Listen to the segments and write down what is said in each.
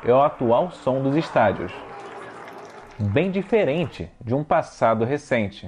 é o atual som dos estádios, bem diferente de um passado recente.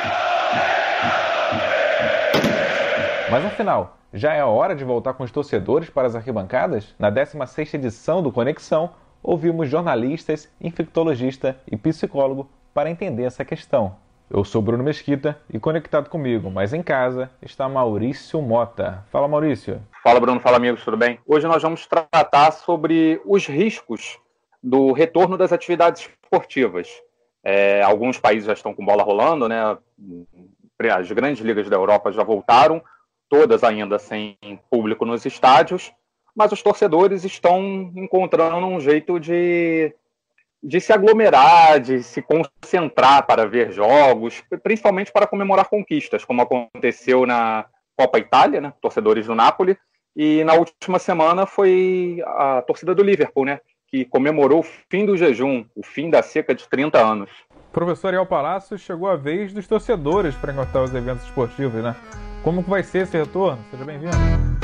Mas afinal, já é a hora de voltar com os torcedores para as arquibancadas? Na 16ª edição do Conexão, ouvimos jornalistas, infectologista e psicólogo para entender essa questão. Eu sou Bruno Mesquita e conectado comigo, mas em casa, está Maurício Mota. Fala, Maurício. Fala, Bruno. Fala, amigos. Tudo bem? Hoje nós vamos tratar sobre os riscos do retorno das atividades esportivas. Alguns países já estão com bola rolando, né? As grandes ligas da Europa já voltaram, todas ainda sem público nos estádios, mas os torcedores estão encontrando um jeito de se aglomerar, de se concentrar para ver jogos, principalmente para comemorar conquistas, como aconteceu na Copa Itália, né? Torcedores do Napoli, e na última semana foi a torcida do Liverpool, né? Que comemorou o fim do jejum, o fim da seca de 30 anos. Professor Ariel Palácio, chegou a vez dos torcedores para encontrar os eventos esportivos, né? Como que vai ser esse retorno? Seja bem-vindo.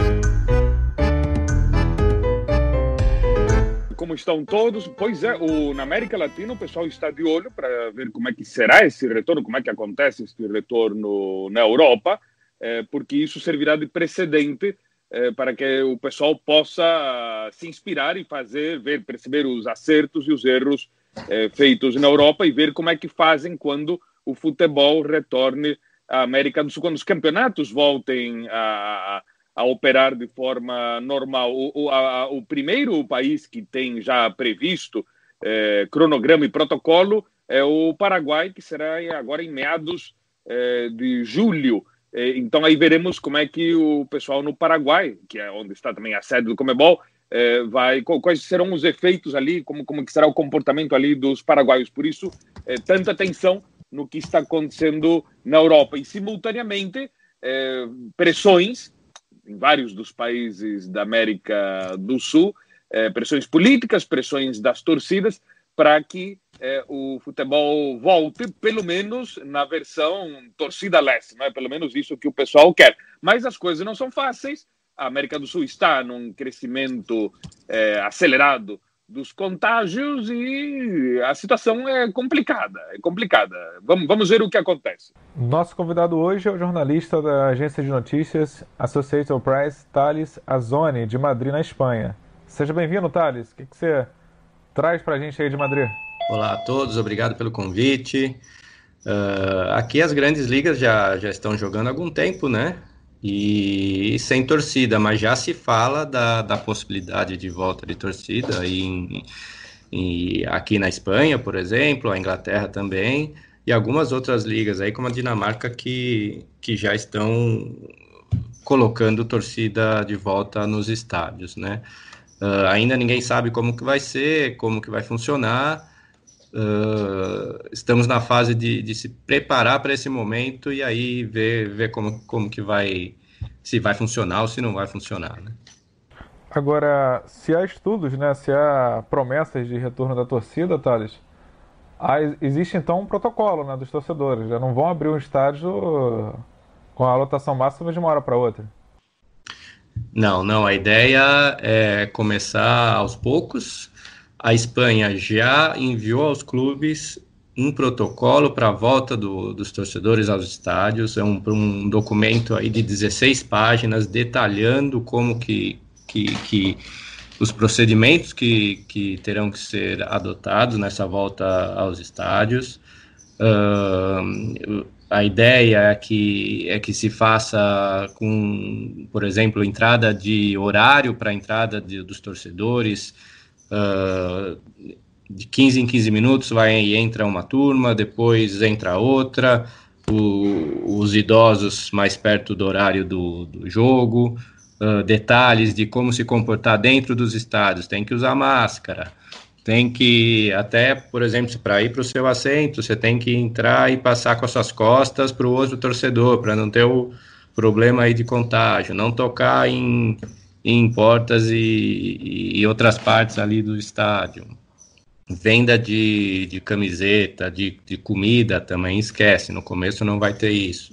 Como estão todos? Pois é, na América Latina o pessoal está de olho para ver como é que será esse retorno, como é que acontece esse retorno na Europa, porque isso servirá de precedente para que o pessoal possa se inspirar e perceber os acertos e os erros feitos na Europa e ver como é que fazem quando o futebol retorne à América do Sul, quando os campeonatos voltem a operar de forma normal. O primeiro país que tem já previsto cronograma e protocolo é o Paraguai, que será agora em meados de julho. Então aí veremos como é que o pessoal no Paraguai, que é onde está também a sede do Conmebol, quais serão os efeitos ali, como que será o comportamento ali dos paraguaios. Por isso, tanta atenção no que está acontecendo na Europa. E, simultaneamente, pressões em vários dos países da América do Sul, pressões políticas, pressões das torcidas, para que o futebol volte, pelo menos na versão torcida-less, não é? Pelo menos isso que o pessoal quer. Mas as coisas não são fáceis. A América do Sul está num crescimento acelerado dos contágios e a situação é complicada. Vamos ver o que acontece. Nosso convidado hoje é o jornalista da agência de notícias Associated Press, Thales Azzoni, de Madrid, na Espanha. Seja bem-vindo, Thales. O que você traz para a gente aí de Madrid? Olá a todos, obrigado pelo convite. Aqui as grandes ligas já estão jogando há algum tempo, né? E sem torcida, mas já se fala da possibilidade de volta de torcida aqui na Espanha, por exemplo, a Inglaterra também, e algumas outras ligas aí, como a Dinamarca, que já estão colocando torcida de volta nos estádios, né? Ainda ninguém sabe como que vai ser, como que vai funcionar. Estamos na fase de se preparar para esse momento e aí ver como que vai, se vai funcionar ou se não vai funcionar, né? Agora, se há estudos, né, se há promessas de retorno da torcida, Thales, existe então um protocolo, né, dos torcedores. Já não vão abrir um estádio com a lotação máxima de uma hora para outra. Não, a ideia é começar aos poucos. A Espanha já enviou aos clubes um protocolo para a volta dos torcedores aos estádios. É um documento aí de 16 páginas detalhando como que os procedimentos que terão que ser adotados nessa volta aos estádios. A ideia é que se faça com, por exemplo, entrada de horário para a entrada dos torcedores. De 15 em 15 minutos entra uma turma, depois entra outra, os idosos mais perto do horário do jogo, detalhes de como se comportar dentro dos estádios, tem que usar máscara, tem que, até, por exemplo, para ir para o seu assento, você tem que entrar e passar com as suas costas para o outro torcedor, para não ter o problema aí de contágio, não tocar em portas e outras partes ali do estádio. Venda de camiseta, de comida também, esquece, no começo não vai ter isso.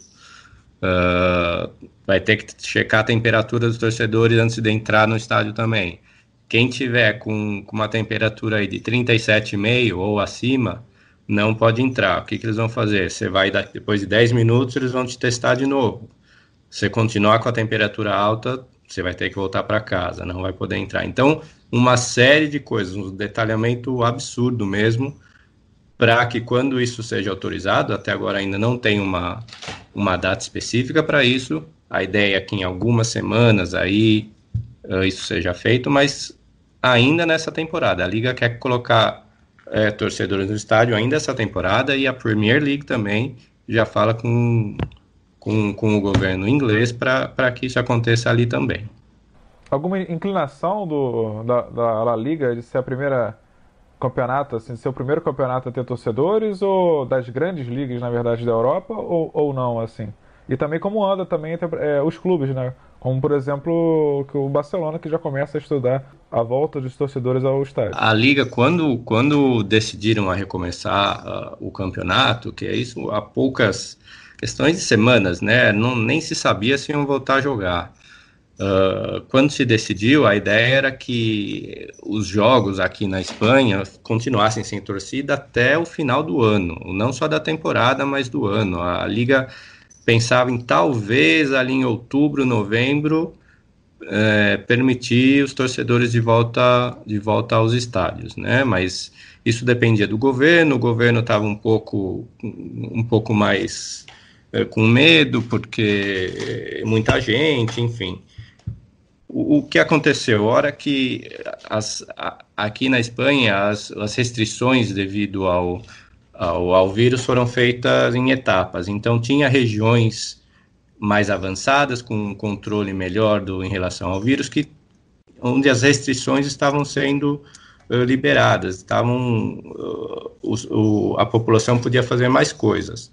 Vai ter que checar a temperatura dos torcedores antes de entrar no estádio também. quem tiver com uma temperatura aí de 37,5 ou acima, não pode entrar. O que eles vão fazer? Você vai, depois de 10 minutos, eles vão te testar de novo. Se continuar com a temperatura alta, você vai ter que voltar para casa, não vai poder entrar. Então, uma série de coisas, um detalhamento absurdo mesmo, para que quando isso seja autorizado, até agora ainda não tem uma data específica para isso, a ideia é que em algumas semanas aí isso seja feito, mas ainda nessa temporada. A Liga quer colocar torcedores no estádio ainda essa temporada, e a Premier League também já fala com o governo inglês para que isso aconteça ali também. Alguma inclinação da La Liga de ser a primeira campeonato, assim, ser o primeiro campeonato a ter torcedores, ou das grandes ligas, na verdade, da Europa, ou não, assim? E também como anda também os clubes, né? Como, por exemplo, o Barcelona, que já começa a estudar a volta dos torcedores ao estádio. A Liga, quando decidiram a recomeçar o campeonato, que é isso, há poucas questões de semanas, né? Nem se sabia se iam voltar a jogar. Quando se decidiu, a ideia era que os jogos aqui na Espanha continuassem sem torcida até o final do ano, não só da temporada, mas do ano. A Liga pensava em talvez ali em outubro, novembro, permitir os torcedores de volta aos estádios, né? Mas isso dependia do governo. O governo estava um pouco mais com medo, porque muita gente, enfim. O que aconteceu? A hora que aqui na Espanha as restrições devido ao vírus foram feitas em etapas. Então, tinha regiões mais avançadas, com um controle melhor em relação ao vírus, onde as restrições estavam sendo liberadas, a população podia fazer mais coisas.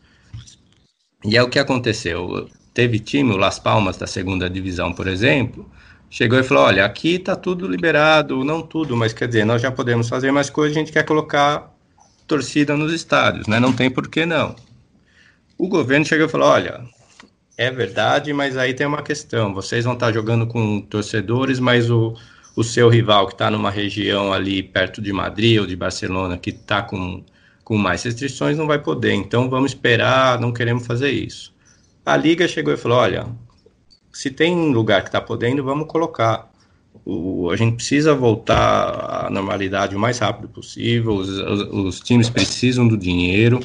E é o que aconteceu. Teve time, o Las Palmas, da segunda divisão, por exemplo, chegou e falou, olha, aqui está tudo liberado, não tudo, mas quer dizer, nós já podemos fazer mais coisas, a gente quer colocar torcida nos estádios, né? Não tem por que não. O governo chegou e falou, olha, é verdade, mas aí tem uma questão, vocês vão estar jogando com torcedores, mas o seu rival que está numa região ali perto de Madrid ou de Barcelona, que está com mais restrições, não vai poder, então vamos esperar, não queremos fazer isso. A Liga chegou e falou, olha, se tem lugar que está podendo, vamos colocar. A gente precisa voltar à normalidade o mais rápido possível, os times precisam do dinheiro,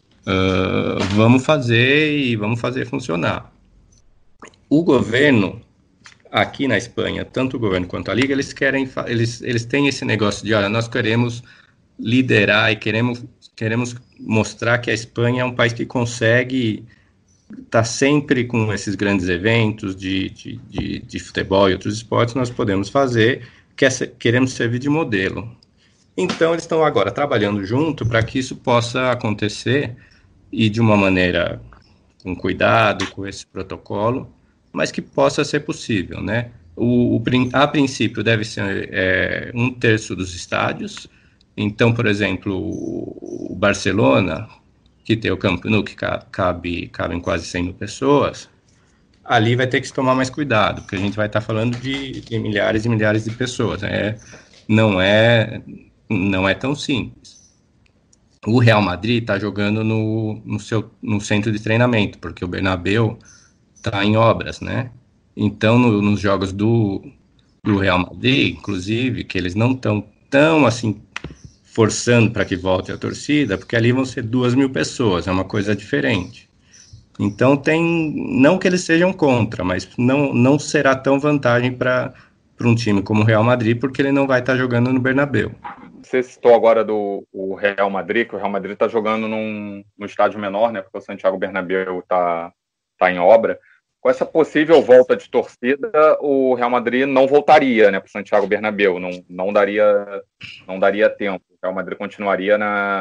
vamos fazer funcionar. O governo, aqui na Espanha, tanto o governo quanto a Liga, eles têm esse negócio de, olha, nós queremos liderar e queremos mostrar que a Espanha é um país que consegue estar sempre com esses grandes eventos de futebol e outros esportes, nós podemos fazer, queremos servir de modelo. Então, eles estão agora trabalhando junto para que isso possa acontecer e de uma maneira com cuidado, com esse protocolo, mas que possa ser possível, né? A princípio deve ser 1/3 dos estádios. Então, por exemplo, o Barcelona, que tem o Camp Nou, que cabem quase 100 mil pessoas, ali vai ter que se tomar mais cuidado, porque a gente vai estar falando de milhares e milhares de pessoas, né? Não é tão simples. O Real Madrid está jogando no centro de treinamento, porque o Bernabéu está em obras, né? Então, nos jogos do Real Madrid, inclusive, que eles não estão tão assim forçando para que volte a torcida, porque ali vão ser 2.000 pessoas, é uma coisa diferente. Então, não que eles sejam contra, mas não será tão vantagem para um time como o Real Madrid, porque ele não vai estar jogando no Bernabéu. Você citou agora o Real Madrid, que o Real Madrid está jogando num estádio menor, né, porque o Santiago Bernabéu está em obra. Com essa possível volta de torcida, o Real Madrid não voltaria, né, para o Santiago Bernabéu, não daria tempo. O Real Madrid continuaria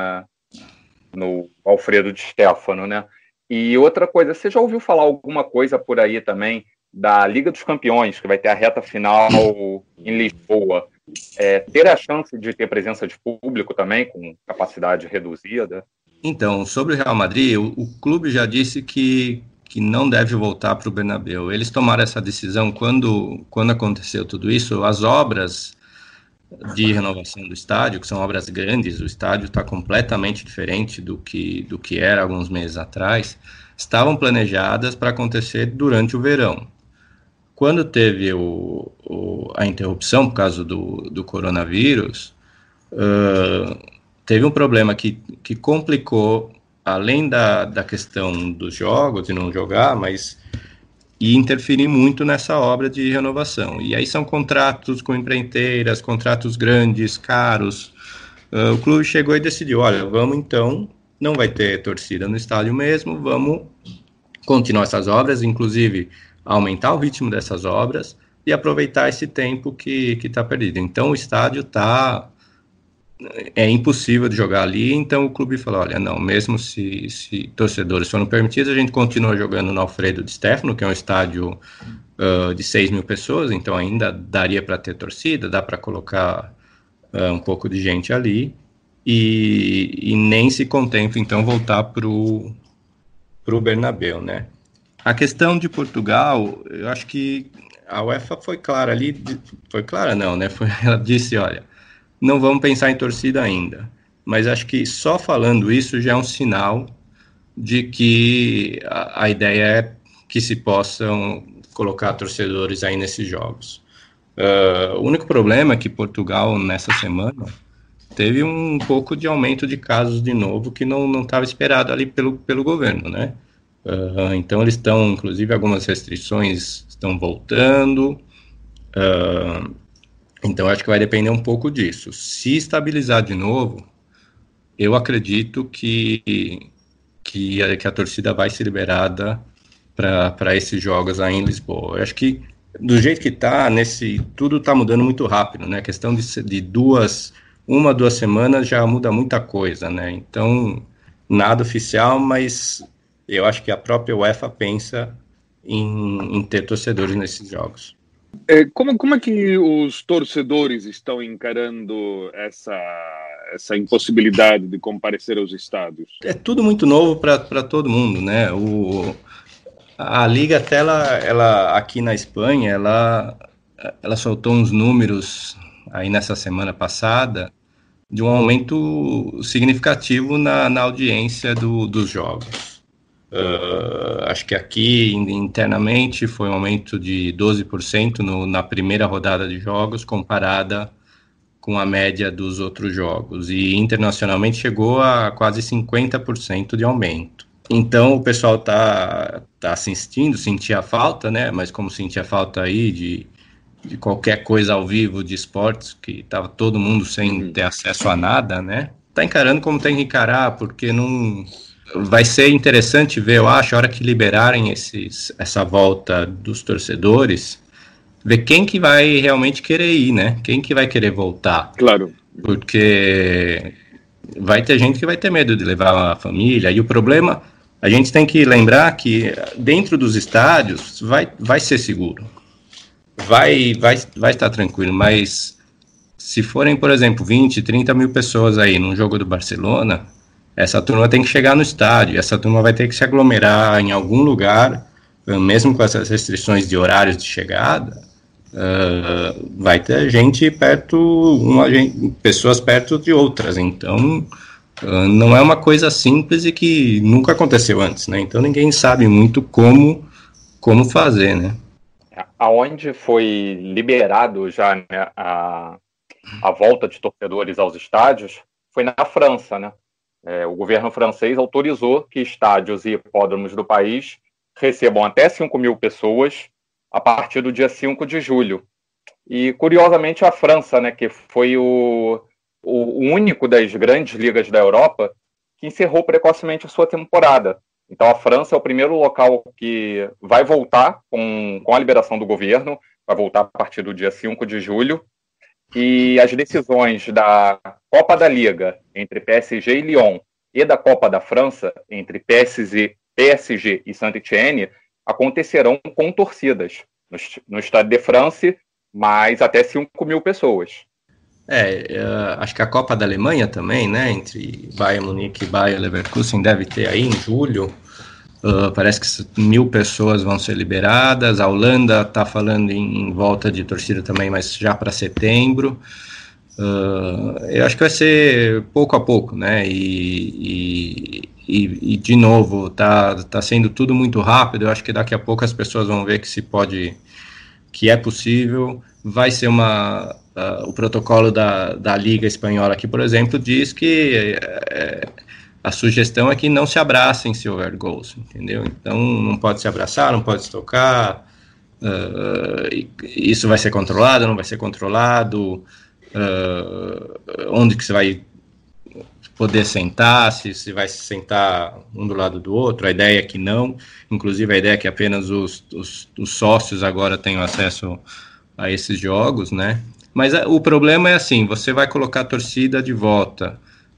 no Alfredo Di Stéfano, né? E outra coisa, você já ouviu falar alguma coisa por aí também da Liga dos Campeões, que vai ter a reta final em Lisboa? Ter a chance de ter presença de público também, com capacidade reduzida? Então, sobre o Real Madrid, o clube já disse que não deve voltar para o Bernabéu. Eles tomaram essa decisão quando aconteceu tudo isso. As obras de renovação do estádio, que são obras grandes, o estádio está completamente diferente do que era alguns meses atrás, estavam planejadas para acontecer durante o verão. Quando teve a interrupção por causa do coronavírus, teve um problema que complicou, além da questão dos jogos e não jogar, mas e interferir muito nessa obra de renovação. E aí são contratos com empreiteiras, contratos grandes, caros. O clube chegou e decidiu, olha, vamos então, não vai ter torcida no estádio mesmo, vamos continuar essas obras, inclusive aumentar o ritmo dessas obras e aproveitar esse tempo que está perdido. Então o estádio é impossível de jogar ali, então o clube falou, olha, não, mesmo se torcedores foram permitidos, a gente continua jogando no Alfredo Di Stefano, que é um estádio de 6 mil pessoas, então ainda daria para ter torcida, dá para colocar um pouco de gente ali, e nem se contempla, então, voltar para o Bernabéu, né? A questão de Portugal, eu acho que a UEFA foi clara ali, foi clara não, né? Ela disse, olha, não vamos pensar em torcida ainda, mas acho que só falando isso já é um sinal de que a ideia é que se possam colocar torcedores aí nesses jogos. O único problema é que Portugal, nessa semana, teve um pouco de aumento de casos de novo que não estava esperado ali pelo governo, né? Então eles estão, inclusive, algumas restrições estão voltando, então acho que vai depender um pouco disso. Se estabilizar de novo, eu acredito que a torcida vai ser liberada para esses jogos aí em Lisboa. Eu acho que do jeito que está, tudo está mudando muito rápido, né? A questão de 1 a 2 semanas já muda muita coisa, né? Então, nada oficial, mas eu acho que a própria UEFA pensa em ter torcedores nesses jogos. Como é que os torcedores estão encarando essa impossibilidade de comparecer aos estádios? É tudo muito novo para todo mundo, né? A Liga, até ela aqui na Espanha, ela soltou uns números aí nessa semana passada de um aumento significativo na audiência dos jogos. Acho que aqui internamente foi um aumento de 12% na primeira rodada de jogos comparada com a média dos outros jogos, e internacionalmente chegou a quase 50% de aumento. Então o pessoal tá assistindo, sentia falta, né? Mas como sentia falta aí de qualquer coisa ao vivo de esportes, que estava todo mundo sem ter acesso a nada, né? Tá encarando como tem que encarar, porque não vai ser interessante ver, eu acho, a hora que liberarem essa volta dos torcedores, ver quem que vai realmente querer ir, né? Quem que vai querer voltar. Claro. Porque vai ter gente que vai ter medo de levar a família, e o problema, a gente tem que lembrar que dentro dos estádios vai ser seguro. Vai estar tranquilo, mas se forem, por exemplo, 20, 30 mil pessoas aí num jogo do Barcelona, essa turma tem que chegar no estádio, essa turma vai ter que se aglomerar em algum lugar, mesmo com essas restrições de horários de chegada, vai ter gente pessoas perto de outras, então não é uma coisa simples e que nunca aconteceu antes, né? Então ninguém sabe muito como fazer, né? Aonde foi liberado já, né, a volta de torcedores aos estádios foi na França, né? O governo francês autorizou que estádios e hipódromos do país recebam até 5 mil pessoas a partir do dia 5 de julho. E, curiosamente, a França, né, que foi o único das grandes ligas da Europa que encerrou precocemente a sua temporada. Então, a França é o primeiro local que vai voltar com a liberação do governo, vai voltar a partir do dia 5 de julho, e as decisões da Copa da Liga entre PSG e Lyon e da Copa da França entre PSG e Saint-Étienne acontecerão com torcidas no Stade de France, mas até 5 mil pessoas. Acho que a Copa da Alemanha também, né, entre Bayern Munique e Bayer Leverkusen, deve ter aí em julho. Parece que 1.000 pessoas vão ser liberadas. A Holanda está falando em volta de torcida também, mas já para setembro. Eu acho que vai ser pouco a pouco, né? E de novo, tá sendo tudo muito rápido. Eu acho que daqui a pouco as pessoas vão ver que é possível. Vai ser o protocolo da Liga Espanhola aqui, por exemplo, diz que a sugestão é que não se abracem se houver gols, entendeu? Então não pode se abraçar, não pode se tocar. Isso vai ser controlado, não vai ser controlado? Onde que você vai poder sentar, se vai se sentar um do lado do outro? A ideia é que não, inclusive a ideia é que apenas os sócios agora tenham acesso a esses jogos, né? Mas o problema é assim, você vai colocar a torcida de volta,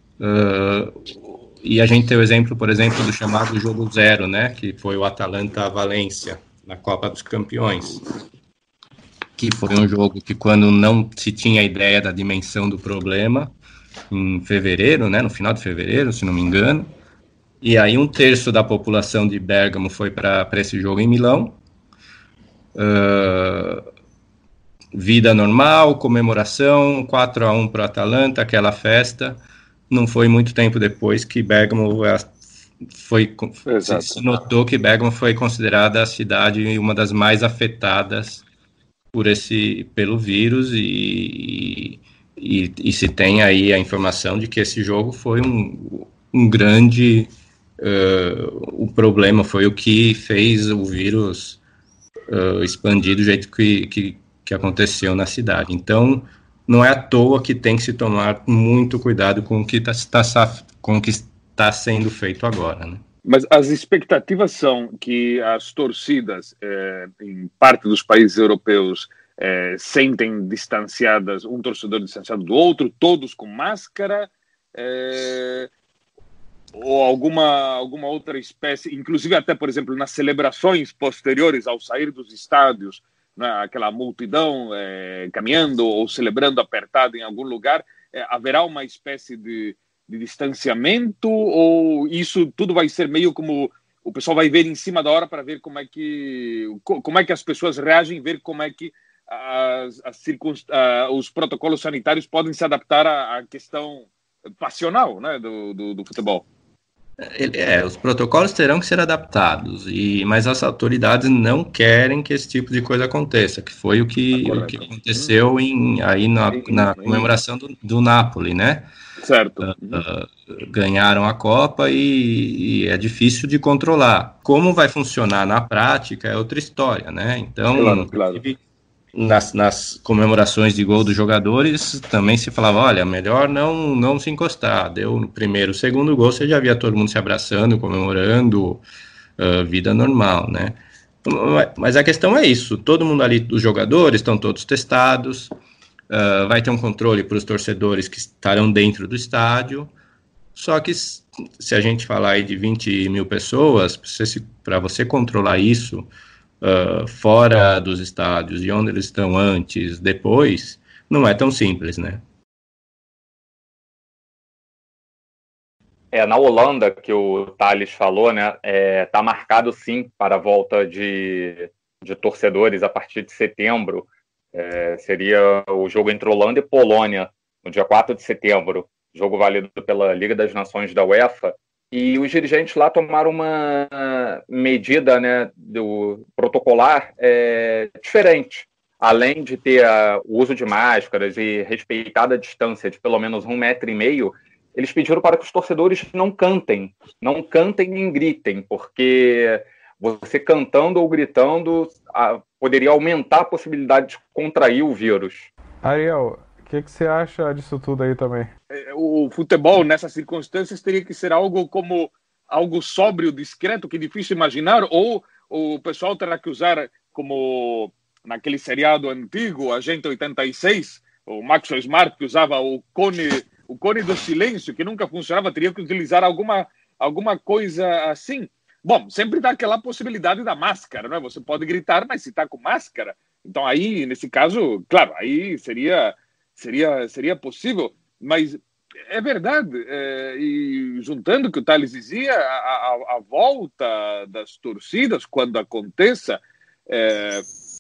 e a gente tem o exemplo, por exemplo, do chamado jogo zero, né? Que foi o Atalanta-Valência, na Copa dos Campeões, que foi um jogo que, quando não se tinha ideia da dimensão do problema, em fevereiro, né, no final de fevereiro, se não me engano, e aí 1/3 da população de Bérgamo foi para esse jogo em Milão, vida normal, comemoração, 4-1 para o Atalanta, aquela festa. Não foi muito tempo depois que Bérgamo se notou que Bérgamo foi considerada a cidade uma das mais afetadas pelo vírus, e se tem aí a informação de que esse jogo foi um grande o problema, foi o que fez o vírus expandir do jeito que aconteceu na cidade. Então não é à toa que tem que se tomar muito cuidado com o que está sendo feito agora, né? Mas as expectativas são que as torcidas, em parte dos países europeus, sentem distanciadas, um torcedor distanciado do outro, todos com máscara, ou alguma outra espécie, inclusive até, por exemplo, nas celebrações posteriores ao sair dos estádios, né, aquela multidão caminhando ou celebrando apertado em algum lugar, haverá uma espécie de distanciamento, ou isso tudo vai ser meio como o pessoal vai ver em cima da hora para ver como é que as pessoas reagem, ver como é que os protocolos sanitários podem se adaptar à questão passional, né, do futebol? Os protocolos terão que ser adaptados, mas as autoridades não querem que esse tipo de coisa aconteça, que foi o que aconteceu na comemoração do Napoli, né? Certo. Ganharam a Copa e é difícil de controlar. Como vai funcionar na prática é outra história, né? Então, claro. Nas comemorações de gol dos jogadores também se falava, olha, melhor não se encostar. Deu no primeiro, segundo gol, você já via todo mundo se abraçando, comemorando, vida normal, né? Mas a questão é isso, todo mundo ali, os jogadores estão todos testados, vai ter um controle para os torcedores que estarão dentro do estádio, só que se a gente falar aí de 20 mil pessoas, para você controlar isso, fora dos estádios, e onde eles estão antes, depois, não é tão simples, né? Na Holanda, que o Thales falou, né, tá marcado sim para a volta de torcedores a partir de setembro. Seria o jogo entre Holanda e Polônia, no dia 4 de setembro, jogo válido pela Liga das Nações da UEFA. E os dirigentes lá tomaram uma medida, né, do protocolar diferente. Além de ter o uso de máscaras e respeitada a distância de pelo menos 1,5 metro, eles pediram para que os torcedores não cantem nem gritem, porque você cantando ou gritando poderia aumentar a possibilidade de contrair o vírus. Ariel, o que você acha disso tudo aí também? O futebol, nessas circunstâncias, teria que ser algo sóbrio, discreto, que é difícil imaginar, ou o pessoal terá que usar, como naquele seriado antigo, Agente 86, o Maxwell Smart, que usava o cone do silêncio, que nunca funcionava, teria que utilizar alguma coisa assim. Bom, sempre dá aquela possibilidade da máscara, não é? Você pode gritar, mas se está com máscara, então aí, nesse caso, claro, aí seria possível, mas é verdade, e juntando o que o Thales dizia, a volta das torcidas, quando aconteça,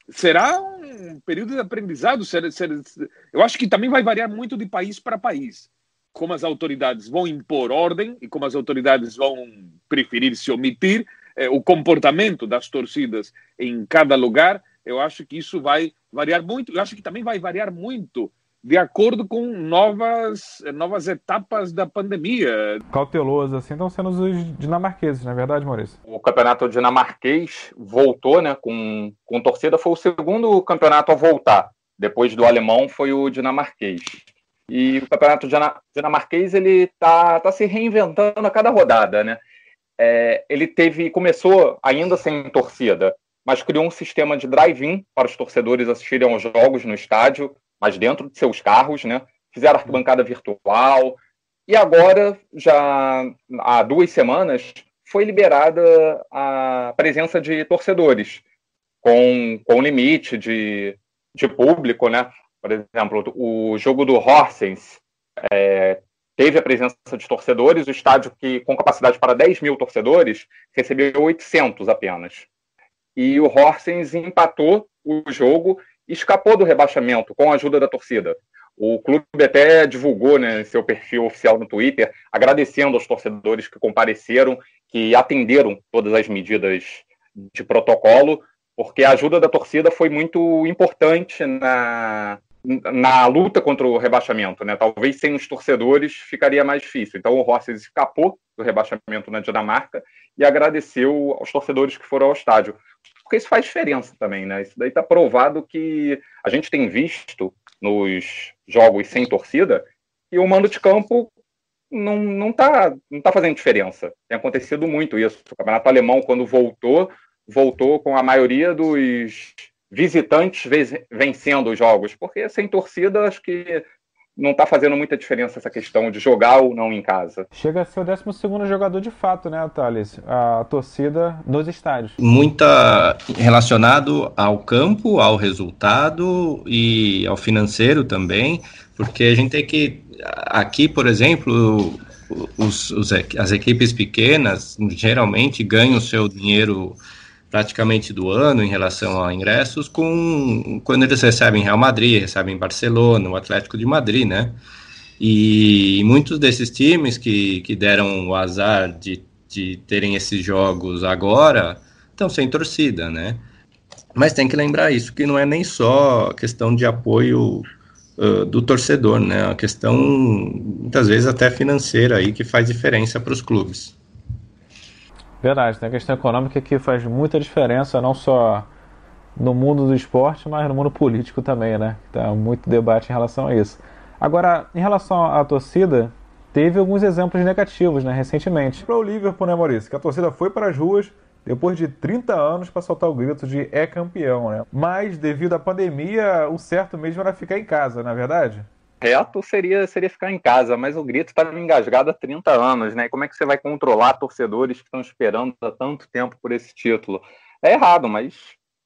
será um período de aprendizado. Eu acho que também vai variar muito de país para país. Como as autoridades vão impor ordem e como as autoridades vão preferir se omitir, o comportamento das torcidas em cada lugar, eu acho que isso vai variar muito. Eu acho que também vai variar muito de acordo com novas etapas da pandemia. Cauteloso, assim, estão sendo os dinamarqueses, não é verdade, Maurício? O campeonato dinamarquês voltou, né, com torcida, foi o segundo campeonato a voltar. Depois do alemão, foi o dinamarquês. E o campeonato dinamarquês ele tá se reinventando a cada rodada, né? Ele começou ainda sem torcida, mas criou um sistema de drive-in para os torcedores assistirem aos jogos no estádio, mas dentro de seus carros, né? Fizeram arquibancada virtual. E agora, já há 2 semanas, foi liberada a presença de torcedores, com limite de público, né? Por exemplo, o jogo do Horsens teve a presença de torcedores, o estádio com capacidade para 10 mil torcedores recebeu 800 apenas. E o Horsens empatou o jogo e escapou do rebaixamento com a ajuda da torcida. O clube até divulgou, né, seu perfil oficial no Twitter, agradecendo aos torcedores que compareceram, que atenderam todas as medidas de protocolo, porque a ajuda da torcida foi muito importante na luta contra o rebaixamento, né? Talvez sem os torcedores ficaria mais difícil. Então o Horsens escapou do rebaixamento na Dinamarca e agradeceu aos torcedores que foram ao estádio. Porque isso faz diferença também, né? Isso daí está provado que a gente tem visto nos jogos sem torcida e o mando de campo não tá fazendo diferença. Tem acontecido muito isso. O campeonato alemão, quando voltou com a maioria dos visitantes vencendo os jogos, porque sem torcida acho que não está fazendo muita diferença essa questão de jogar ou não em casa. Chega a ser o 12º jogador de fato, né, Thales? A torcida nos estádios. Muita relacionado ao campo, ao resultado e ao financeiro também, porque a gente tem que... Aqui, por exemplo, as equipes pequenas geralmente ganham o seu dinheiro praticamente do ano em relação a ingressos quando eles recebem Real Madrid, recebem Barcelona, o Atlético de Madrid, né? E muitos desses times que deram o azar de terem esses jogos agora estão sem torcida, né? Mas tem que lembrar isso, que não é nem só questão de apoio do torcedor, né? É uma questão, muitas vezes, até financeira aí, que faz diferença para os clubes. Verdade, tem a questão econômica que faz muita diferença, não só no mundo do esporte, mas no mundo político também, né? Tá muito debate em relação a isso. Agora, em relação à torcida, teve alguns exemplos negativos, né, recentemente. Para o Liverpool, né, Maurício? Que a torcida foi para as ruas depois de 30 anos para soltar o grito de é campeão, né? Mas, devido à pandemia, o certo mesmo era ficar em casa, não é verdade? Reto seria ficar em casa, mas o grito está engasgado há 30 anos, né? E como é que você vai controlar torcedores que estão esperando há tanto tempo por esse título? É errado, mas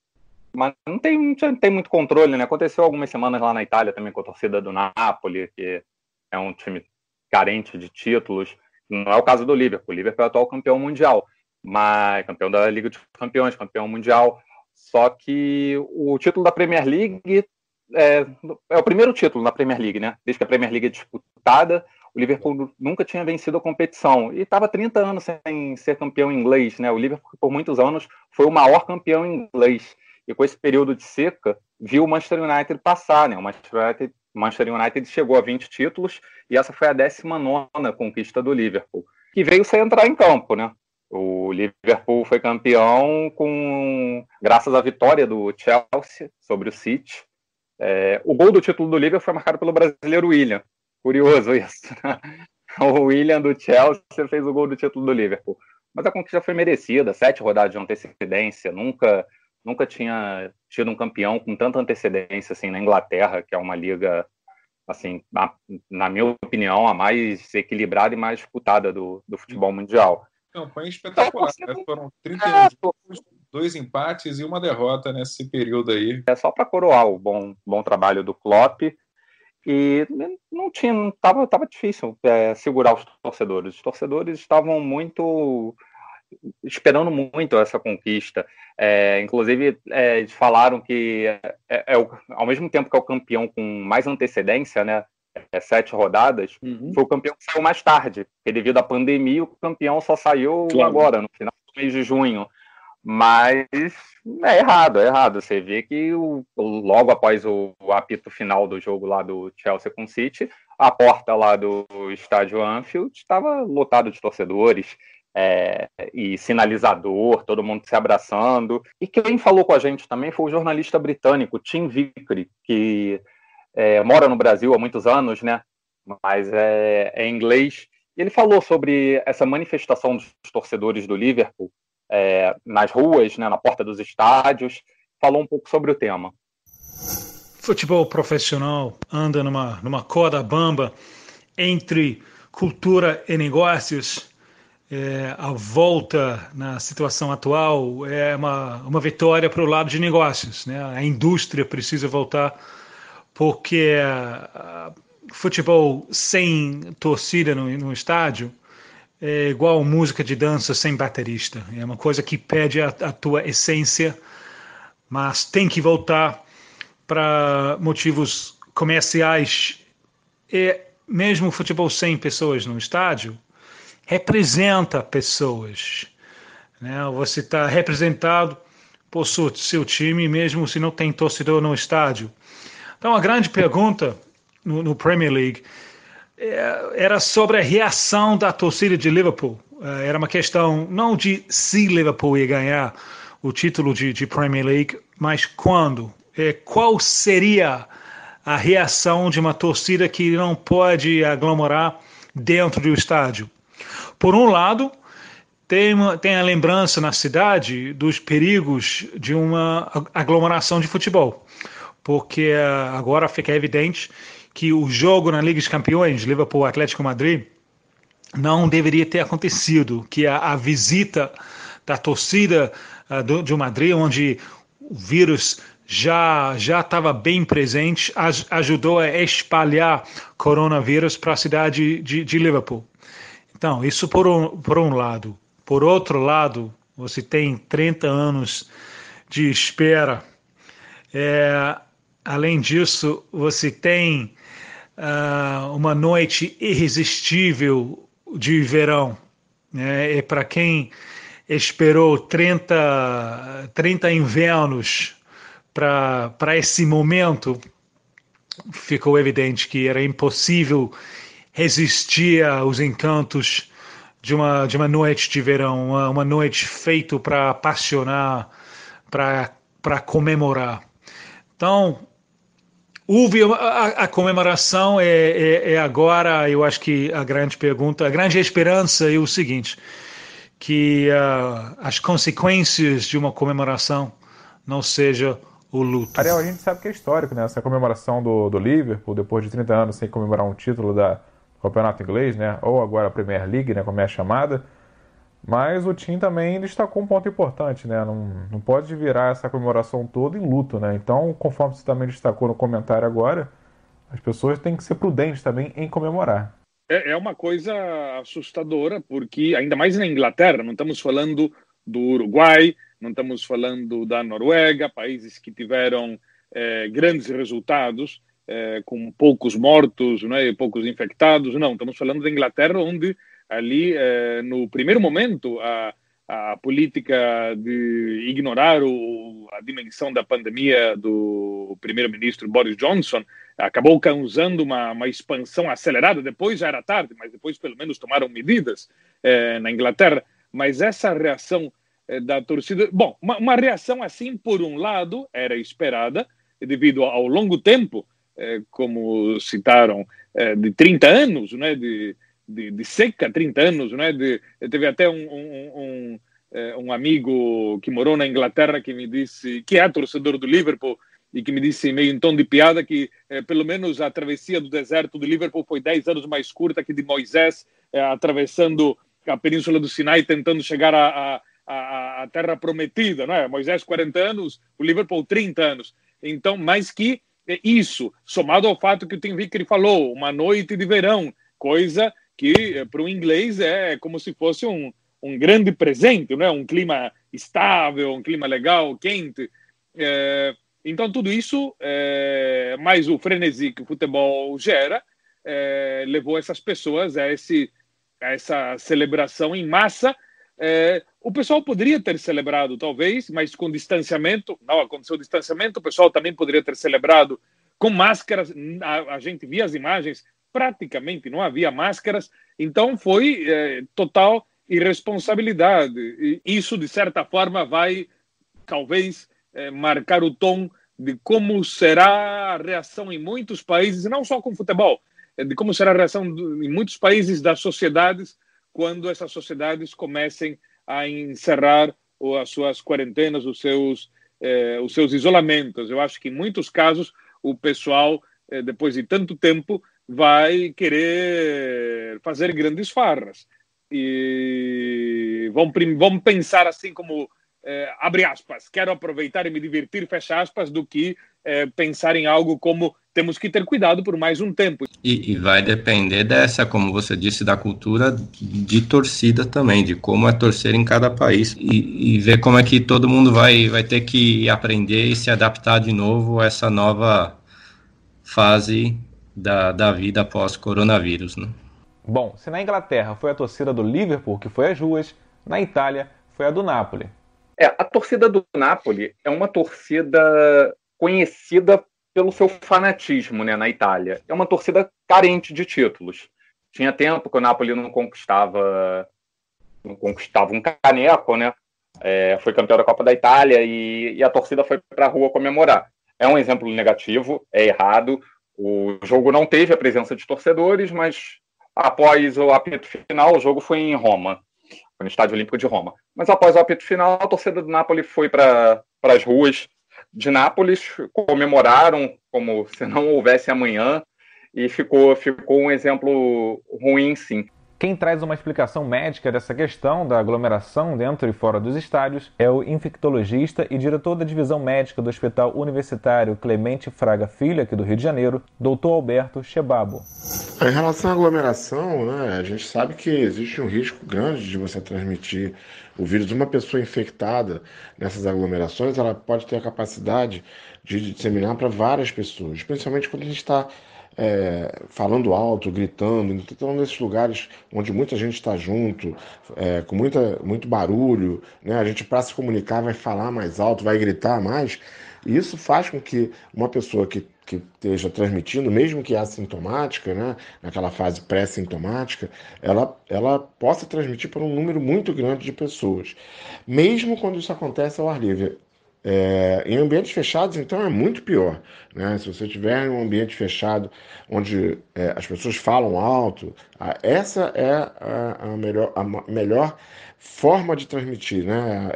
não tem muito controle, né? Aconteceu algumas semanas lá na Itália também com a torcida do Napoli, que é um time carente de títulos. Não é o caso do Liverpool. O Liverpool é o atual campeão mundial, mas campeão da Liga dos Campeões, campeão mundial. Só que o título da Premier League é o primeiro título na Premier League, né? Desde que a Premier League é disputada, o Liverpool nunca tinha vencido a competição e estava 30 anos sem ser campeão inglês, né? O Liverpool, por muitos anos, foi o maior campeão inglês. E com esse período de seca, viu o Manchester United passar, né? O Manchester United chegou a 20 títulos e essa foi a 19ª conquista do Liverpool, que veio sem entrar em campo, né? O Liverpool foi campeão graças à vitória do Chelsea sobre o City. O gol do título do Liverpool foi marcado pelo brasileiro William. Curioso isso, né? O William do Chelsea fez o gol do título do Liverpool. Mas a conquista foi merecida, 7 rodadas de antecedência. Nunca tinha tido um campeão com tanta antecedência assim, na Inglaterra, que é uma liga, assim, na minha opinião, a mais equilibrada e mais disputada do futebol mundial. Campanha espetacular, né? Foram 31 jogos, 2 empates e 1 derrota nesse período aí. É só para coroar o bom trabalho do Klopp. E tava difícil segurar os torcedores. Os torcedores estavam muito esperando muito essa conquista. Inclusive, eles falaram que ao mesmo tempo que é o campeão com mais antecedência, né, 7 rodadas, foi o campeão que saiu mais tarde, porque devido à pandemia o campeão só saiu agora, no final do mês de junho. Mas é errado. Você vê que logo após o apito final do jogo lá do Chelsea com o City, a porta lá do estádio Anfield estava lotado de torcedores e sinalizador, todo mundo se abraçando. E quem falou com a gente também foi o jornalista britânico Tim Vickery, que mora no Brasil há muitos anos, né? Mas é inglês. E ele falou sobre essa manifestação dos torcedores do Liverpool nas ruas, né, na porta dos estádios, falou um pouco sobre o tema. Futebol profissional anda numa corda bamba entre cultura e negócios. A volta na situação atual é uma vitória para o lado de negócios, né? A indústria precisa voltar porque futebol sem torcida no estádio é igual música de dança sem baterista. É uma coisa que perde a tua essência, mas tem que voltar para motivos comerciais. E mesmo o futebol sem pessoas no estádio representa pessoas, né? Você está representado por seu time, mesmo se não tem torcedor no estádio. Então, a grande pergunta no Premier League era sobre a reação da torcida de Liverpool. Era uma questão não de se Liverpool ia ganhar o título de Premier League, mas quando. Qual seria a reação de uma torcida que não pode aglomerar dentro do estádio? Por um lado, tem a lembrança na cidade dos perigos de uma aglomeração de futebol, porque agora fica evidente que o jogo na Liga dos Campeões, Liverpool Atlético Madrid, não deveria ter acontecido, que a visita da torcida de Madrid, onde o vírus já estava bem presente, ajudou a espalhar coronavírus para a cidade de Liverpool. Então, isso por um lado. Por outro lado, você tem 30 anos de espera. Além disso, você tem uma noite irresistível de verão. E para quem esperou 30 invernos para esse momento, ficou evidente que era impossível resistir aos encantos de uma noite de verão, uma noite feita para apaixonar, para comemorar. Então, houve a comemoração, agora, eu acho que a grande pergunta, a grande esperança é o seguinte, que as consequências de uma comemoração não seja o luto. Ariel, a gente sabe que é histórico, né? Essa comemoração do Liverpool, depois de 30 anos sem comemorar um título do campeonato inglês, né? Ou agora a Premier League, né? Como é a chamada. Mas o Tim também destacou um ponto importante, né? Não pode virar essa comemoração toda em luto, né? Então, conforme você também destacou no comentário agora, as pessoas têm que ser prudentes também em comemorar. É uma coisa assustadora, porque ainda mais na Inglaterra, não estamos falando do Uruguai, não estamos falando da Noruega, países que tiveram grandes resultados, com poucos mortos, né, e poucos infectados. Não, estamos falando da Inglaterra, onde ali, no primeiro momento, a política de ignorar a dimensão da pandemia do primeiro-ministro Boris Johnson acabou causando uma expansão acelerada. Depois já era tarde, mas depois pelo menos tomaram medidas na Inglaterra. Mas essa reação da torcida... Bom, uma reação assim, por um lado, era esperada, devido ao longo tempo, como citaram, de 30 anos, né, de seca, 30 anos, né? Teve até um amigo que morou na Inglaterra que me disse, que é torcedor do Liverpool, e que me disse meio em tom de piada que pelo menos a travessia do deserto do Liverpool foi 10 anos mais curta que de Moisés atravessando a Península do Sinai tentando chegar à Terra Prometida, não é? Moisés 40 anos, o Liverpool 30 anos. Então, mais que isso, somado ao fato que o Tim Vickery falou, uma noite de verão, coisa que para o inglês é como se fosse um grande presente, né? Um clima estável, um clima legal, quente. Então, tudo isso, mais o frenesi que o futebol gera, levou essas pessoas a essa celebração em massa. O pessoal poderia ter celebrado, talvez, mas com distanciamento. Não aconteceu o distanciamento, o pessoal também poderia ter celebrado com máscaras. A gente via as imagens, praticamente não havia máscaras, então foi total irresponsabilidade. E isso, de certa forma, vai, talvez, marcar o tom de como será a reação em muitos países, não só com futebol, de como será a reação em muitos países das sociedades quando essas sociedades comecem a encerrar as suas quarentenas, os seus isolamentos. Eu acho que em muitos casos o pessoal, depois de tanto tempo, vai querer fazer grandes farras e vão pensar assim como abre aspas, quero aproveitar e me divertir, fecha aspas, do que pensar em algo como temos que ter cuidado por mais um tempo. E vai depender dessa, como você disse, da cultura de torcida também, de como é torcer em cada país e ver como é que todo mundo vai ter que aprender e se adaptar de novo a essa nova fase da vida pós-coronavírus, né? Bom, se na Inglaterra foi a torcida do Liverpool que foi às ruas, na Itália foi a do Napoli. A torcida do Napoli é uma torcida conhecida pelo seu fanatismo, né, na Itália. É uma torcida carente de títulos. Tinha tempo que o Napoli não conquistava um caneco, né? Foi campeão da Copa da Itália e a torcida foi para a rua comemorar. É um exemplo negativo, é errado. O jogo não teve a presença de torcedores, mas após o apito final, o jogo foi em Roma. Foi no Estádio Olímpico de Roma. Mas após o apito final, a torcida do Napoli foi para as ruas de Nápoles, comemoraram como se não houvesse amanhã, e ficou um exemplo ruim, sim. Quem traz uma explicação médica dessa questão da aglomeração dentro e fora dos estádios é o infectologista e diretor da divisão médica do Hospital Universitário Clemente Fraga Filho, aqui do Rio de Janeiro, Dr. Alberto Chebabo. Em relação à aglomeração, né, a gente sabe que existe um risco grande de você transmitir o vírus. Uma pessoa infectada nessas aglomerações, ela pode ter a capacidade de disseminar para várias pessoas, principalmente quando a gente está falando alto, gritando. Então, nesses lugares onde muita gente está junto, com muito barulho, né, a gente, para se comunicar, vai falar mais alto, vai gritar mais. E isso faz com que uma pessoa que esteja transmitindo, mesmo que assintomática, né, naquela fase pré-sintomática, ela possa transmitir para um número muito grande de pessoas, mesmo quando isso acontece ao ar livre. Em ambientes fechados, então, é muito pior, né? Se você tiver em um ambiente fechado onde as pessoas falam alto, essa é a melhor forma de transmitir, né?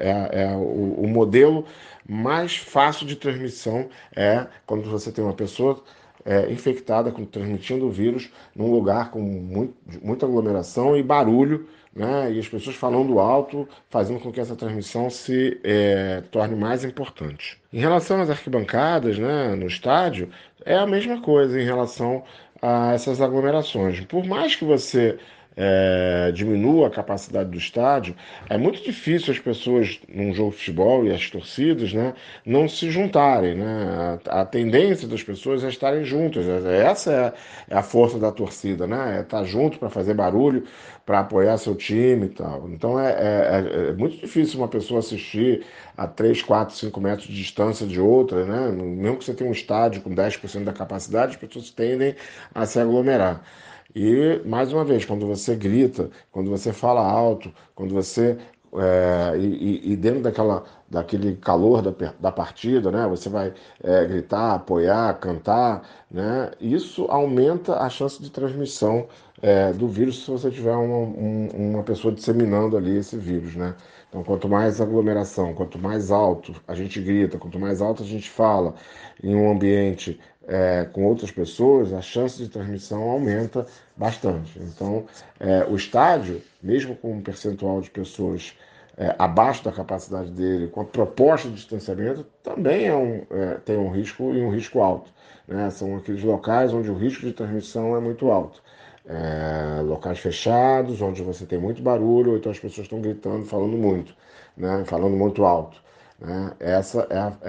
O modelo mais fácil de transmissão é quando você tem uma pessoa infectada, transmitindo o vírus num lugar com muita aglomeração e barulho, né? E as pessoas falando alto, fazendo com que essa transmissão se torne mais importante. Em relação às arquibancadas, né, no estádio, é a mesma coisa em relação a essas aglomerações. Por mais que você diminua a capacidade do estádio, é muito difícil as pessoas num jogo de futebol e as torcidas, né, não se juntarem, né? A tendência das pessoas é estarem juntas. Essa é a força da torcida, né? É estar junto para fazer barulho, para apoiar seu time e tal. Então é muito difícil uma pessoa assistir a 3, 4, 5 metros de distância de outra, né? Mesmo que você tenha um estádio com 10% da capacidade, as pessoas tendem a se aglomerar. E, mais uma vez, quando você grita, quando você fala alto, quando você dentro daquele calor da partida, né, você vai gritar, apoiar, cantar, né, isso aumenta a chance de transmissão do vírus se você tiver uma pessoa disseminando ali esse vírus, né? Então, quanto mais aglomeração, quanto mais alto a gente grita, quanto mais alto a gente fala em um ambiente com outras pessoas, a chance de transmissão aumenta bastante. Então, o estádio, mesmo com um percentual de pessoas abaixo da capacidade dele, com a proposta de distanciamento, também tem um risco e um risco alto, né? São aqueles locais onde o risco de transmissão é muito alto. locais fechados, onde você tem muito barulho, ou então as pessoas estão gritando, falando muito, né? Falando muito alto. Né? Essa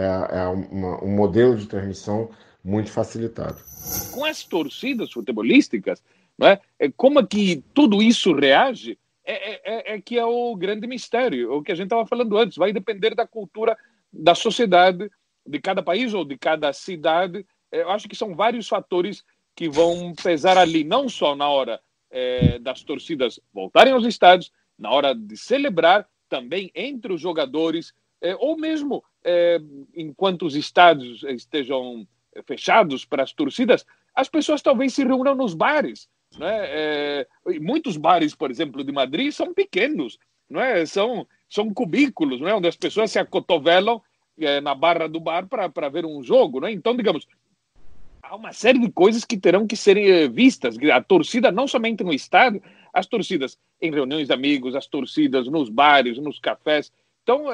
um modelo de transmissão muito facilitado. Com as torcidas futebolísticas, não é? Como é que tudo isso reage que é o grande mistério, o que a gente estava falando antes. Vai depender da cultura da sociedade, de cada país ou de cada cidade. Eu acho que são vários fatores que vão pesar ali, não só na hora das torcidas voltarem aos estádios, na hora de celebrar, também entre os jogadores, ou mesmo enquanto os estádios estejam fechados para as torcidas, as pessoas talvez se reúnam nos bares. Né? Muitos bares, por exemplo, de Madrid são pequenos, não é? São cubículos, não é? Onde as pessoas se acotovelam na barra do bar para ver um jogo. Não é? Então, digamos, há uma série de coisas que terão que ser vistas. A torcida não somente no estádio, as torcidas em reuniões de amigos, as torcidas nos bares, nos cafés. Então,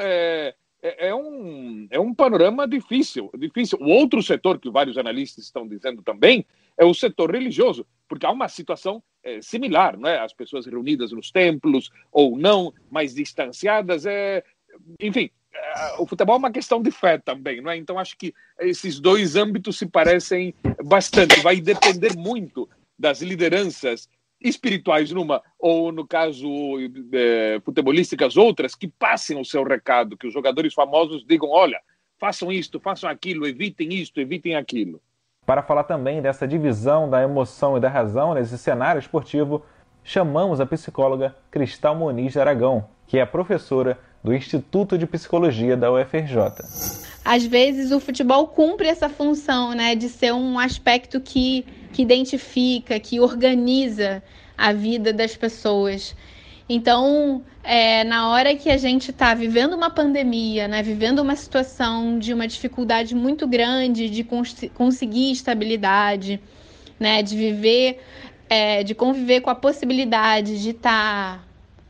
é um panorama difícil. O outro setor que vários analistas estão dizendo também é o setor religioso, porque há uma situação similar, não é? As pessoas reunidas nos templos ou não, mais distanciadas. Enfim, o futebol é uma questão de fé também, não é? Então acho que esses dois âmbitos se parecem bastante. Vai depender muito das lideranças espirituais numa, ou no caso futebolísticas outras, que passem o seu recado, que os jogadores famosos digam, olha, façam isto, façam aquilo, evitem isto, evitem aquilo. Para falar também dessa divisão da emoção e da razão nesse cenário esportivo, chamamos a psicóloga Cristal Muniz de Aragão, que é professora do Instituto de Psicologia da UFRJ. Às vezes o futebol cumpre essa função, né, de ser um aspecto que identifica, que organiza a vida das pessoas. Então, na hora que a gente está vivendo uma pandemia, né, vivendo uma situação de uma dificuldade muito grande de conseguir estabilidade, né, de viver, de conviver com a possibilidade de estar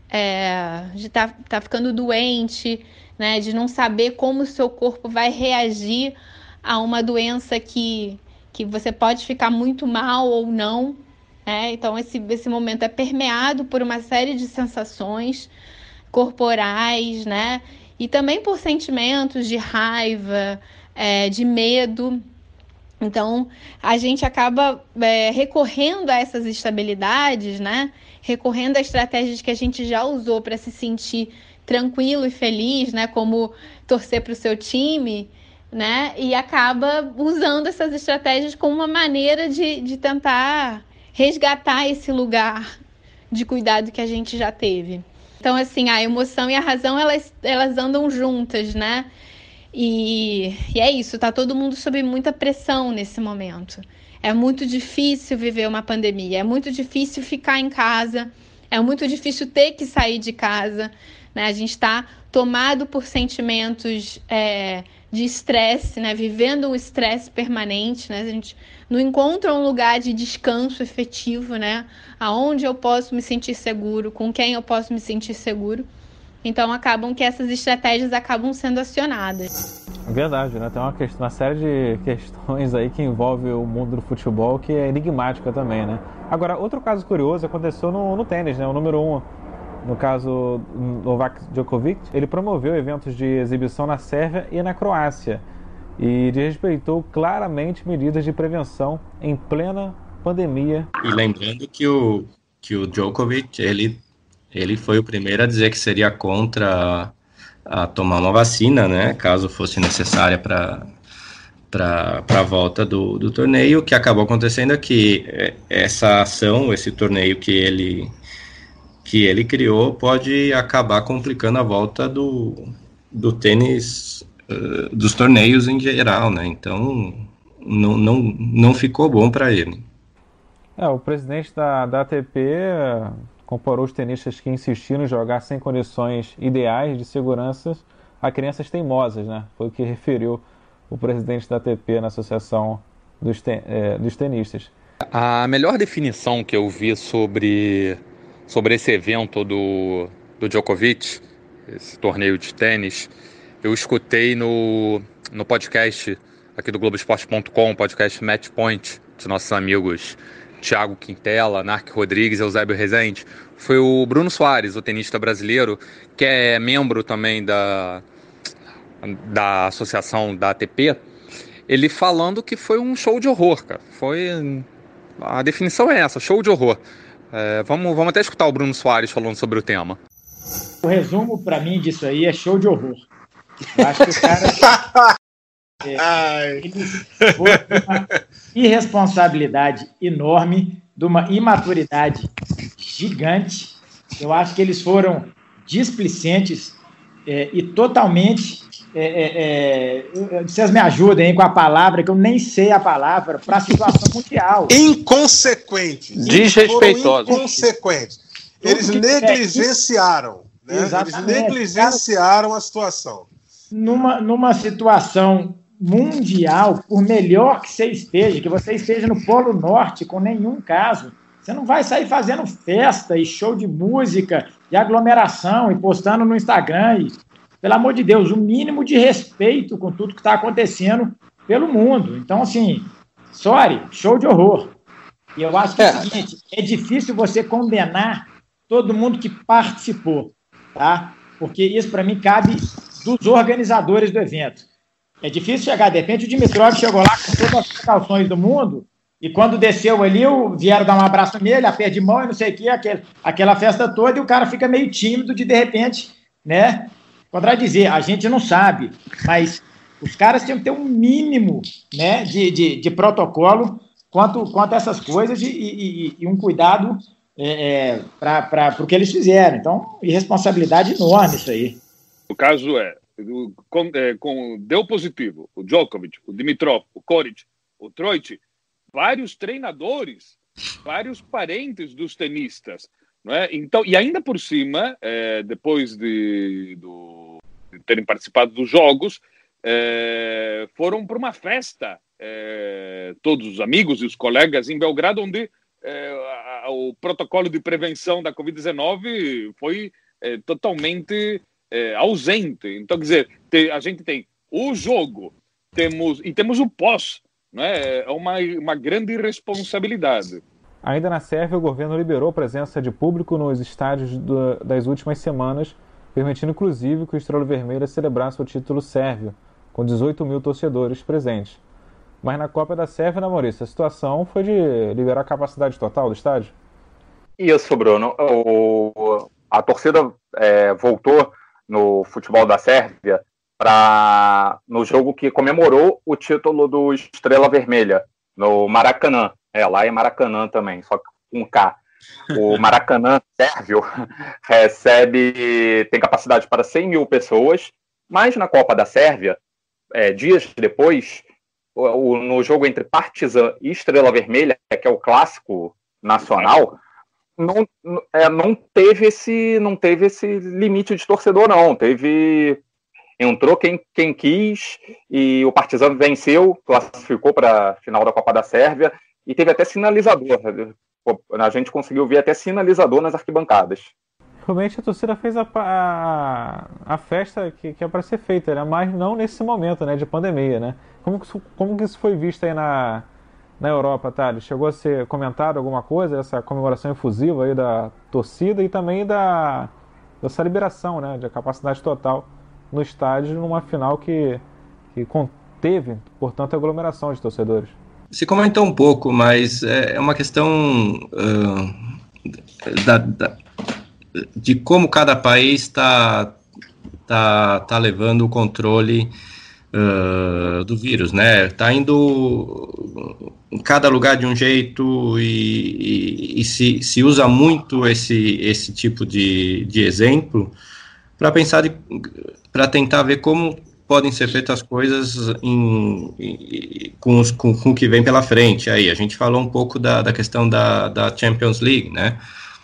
ficando doente, né, de não saber como o seu corpo vai reagir a uma doença que você pode ficar muito mal ou não. Então, esse momento é permeado por uma série de sensações corporais, né? E também por sentimentos de raiva, de medo. Então, a gente acaba recorrendo a essas estabilidades, né? Recorrendo a estratégias que a gente já usou para se sentir tranquilo e feliz, né? Como torcer para o seu time, né? E acaba usando essas estratégias como uma maneira de tentar resgatar esse lugar de cuidado que a gente já teve. Então, assim, a emoção e a razão, elas andam juntas, né? E é isso, tá todo mundo sob muita pressão nesse momento. É muito difícil viver uma pandemia, é muito difícil ficar em casa, é muito difícil ter que sair de casa, né? A gente está tomado por sentimentos de estresse, né? Vivendo um estresse permanente, né? A gente não encontra um lugar de descanso efetivo, né? Aonde eu posso me sentir seguro, com quem eu posso me sentir seguro. Então, acabam que essas estratégias acabam sendo acionadas. Verdade, né? Tem uma série de questões aí que envolve o mundo do futebol que é enigmática também, né? Agora, outro caso curioso aconteceu no tênis, né? O número 1, no caso Novak Djokovic, ele promoveu eventos de exibição na Sérvia e na Croácia e desrespeitou claramente medidas de prevenção em plena pandemia. E lembrando que o Djokovic, ele foi o primeiro a dizer que seria contra a tomar uma vacina, né, caso fosse necessária para a volta do torneio. O que acabou acontecendo é que essa ação, esse torneio que ele criou, pode acabar complicando a volta do tênis, dos torneios em geral, né? Então não ficou bom para ele. O presidente da ATP comparou os tenistas que insistiram em jogar sem condições ideais de segurança a crianças teimosas, né? Foi o que referiu o presidente da ATP na Associação dos Tenistas. A melhor definição que eu vi sobre esse evento do Djokovic, esse torneio de tênis, eu escutei no podcast aqui do Globoesporte.com, podcast Match Point, de nossos amigos Thiago Quintela, Narc Rodrigues, Eusébio Rezende, foi o Bruno Soares, o tenista brasileiro, que é membro também da associação da ATP, ele falando que foi um show de horror, cara. A definição é essa, show de horror. Vamos até escutar o Bruno Soares falando sobre o tema. O resumo, para mim, disso aí é show de horror. Eu acho que o cara... eles foram de uma irresponsabilidade enorme, de uma imaturidade gigante. Eu acho que eles foram displicentes e totalmente... vocês me ajudem com a palavra, que eu nem sei a palavra, para a situação mundial. Inconsequentes. Desrespeitosos. Inconsequentes. Eles negligenciaram. Né? Eles negligenciaram a situação. Numa situação mundial, por melhor que você esteja no Polo Norte com nenhum caso, você não vai sair fazendo festa e show de música e aglomeração e postando no Instagram. Pelo amor de Deus, o mínimo de respeito com tudo que está acontecendo pelo mundo. Então, assim, show de horror. E eu acho que é o seguinte, é difícil você condenar todo mundo que participou, tá? Porque isso, para mim, cabe dos organizadores do evento. É difícil chegar, de repente, o Dimitrov chegou lá com todas as precauções do mundo e quando desceu ali, vieram dar um abraço nele, aperto de mão e não sei o que, aquela festa toda, e o cara fica meio tímido de repente, né, contradizer. A gente não sabe, mas os caras tinham que ter um mínimo, né, de protocolo quanto a essas coisas e um cuidado para o que eles fizeram. Então, irresponsabilidade enorme isso aí. O caso deu positivo o Djokovic, o Dimitrov, o Koric, o Troicki, vários treinadores, vários parentes dos tenistas, não é? Então, e ainda por cima, depois de terem participado dos jogos, foram para uma festa, todos os amigos e os colegas em Belgrado, onde o protocolo de prevenção da Covid-19 foi totalmente ausente. Então, quer dizer, a gente tem o jogo, temos o pós, não é? É uma grande irresponsabilidade. Ainda na Sérvia, o governo liberou a presença de público nos estádios das últimas semanas, permitindo inclusive que o Estrela Vermelha celebrasse o título sérvio, com 18 mil torcedores presentes. Mas na Copa da Sérvia, né, Maurício, a situação foi de liberar a capacidade total do estádio? Isso, Bruno. A torcida voltou no futebol da Sérvia no jogo que comemorou o título do Estrela Vermelha, no Maracanã. Lá é Maracanã também, só que com K. O Maracanã sérvio tem capacidade para 100 mil pessoas, mas na Copa da Sérvia, dias depois, no jogo entre Partizan e Estrela Vermelha, que é o clássico nacional, não teve esse limite de torcedor, não. Entrou quem quis, e o Partizan venceu, classificou para a final da Copa da Sérvia, e teve até sinalizador. A gente conseguiu ver até sinalizador nas arquibancadas. Realmente a torcida fez a festa que é para ser feita, né? Mas não nesse momento, né, de pandemia, né? Como que isso foi visto aí na Europa, Thales? Chegou a ser comentado alguma coisa, essa comemoração efusiva aí da torcida e também dessa liberação, né, de capacidade total no estádio numa final que conteve, portanto, a aglomeração de torcedores? Se comentou um pouco, mas é uma questão de como cada país está levando o controle do vírus, né? Está indo em cada lugar de um jeito e se usa muito esse tipo de exemplo para tentar ver como podem ser feitas as coisas com o que vem pela frente. Aí a gente falou um pouco da questão da Champions League, né?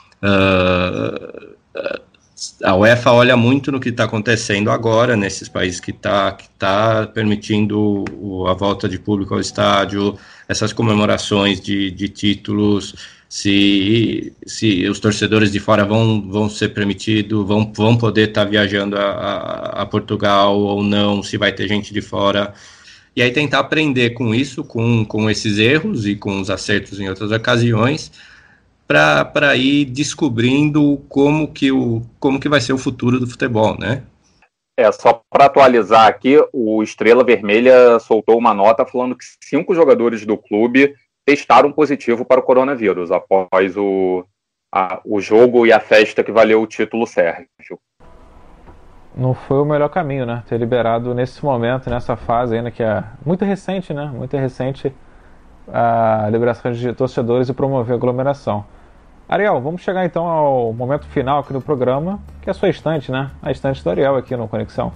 A UEFA olha muito no que está acontecendo agora nesses países que está permitindo a volta de público ao estádio, essas comemorações de títulos, se os torcedores de fora vão ser permitidos, vão poder estar viajando a Portugal ou não, se vai ter gente de fora. e aí tentar aprender com isso, com esses erros e com os acertos em outras ocasiões, para ir descobrindo como que vai ser o futuro do futebol, né? Só para atualizar aqui, o Estrela Vermelha soltou uma nota falando que 5 jogadores do clube testaram positivo para o coronavírus após o jogo e a festa que valeu o título, Sérgio. Não foi o melhor caminho, né? Ter liberado nesse momento, nessa fase ainda que é muito recente, né? Muito recente a liberação de torcedores e promover a aglomeração. Ariel, vamos chegar então ao momento final aqui do programa, que é a sua estante, né? A estante do Ariel aqui no Conexão.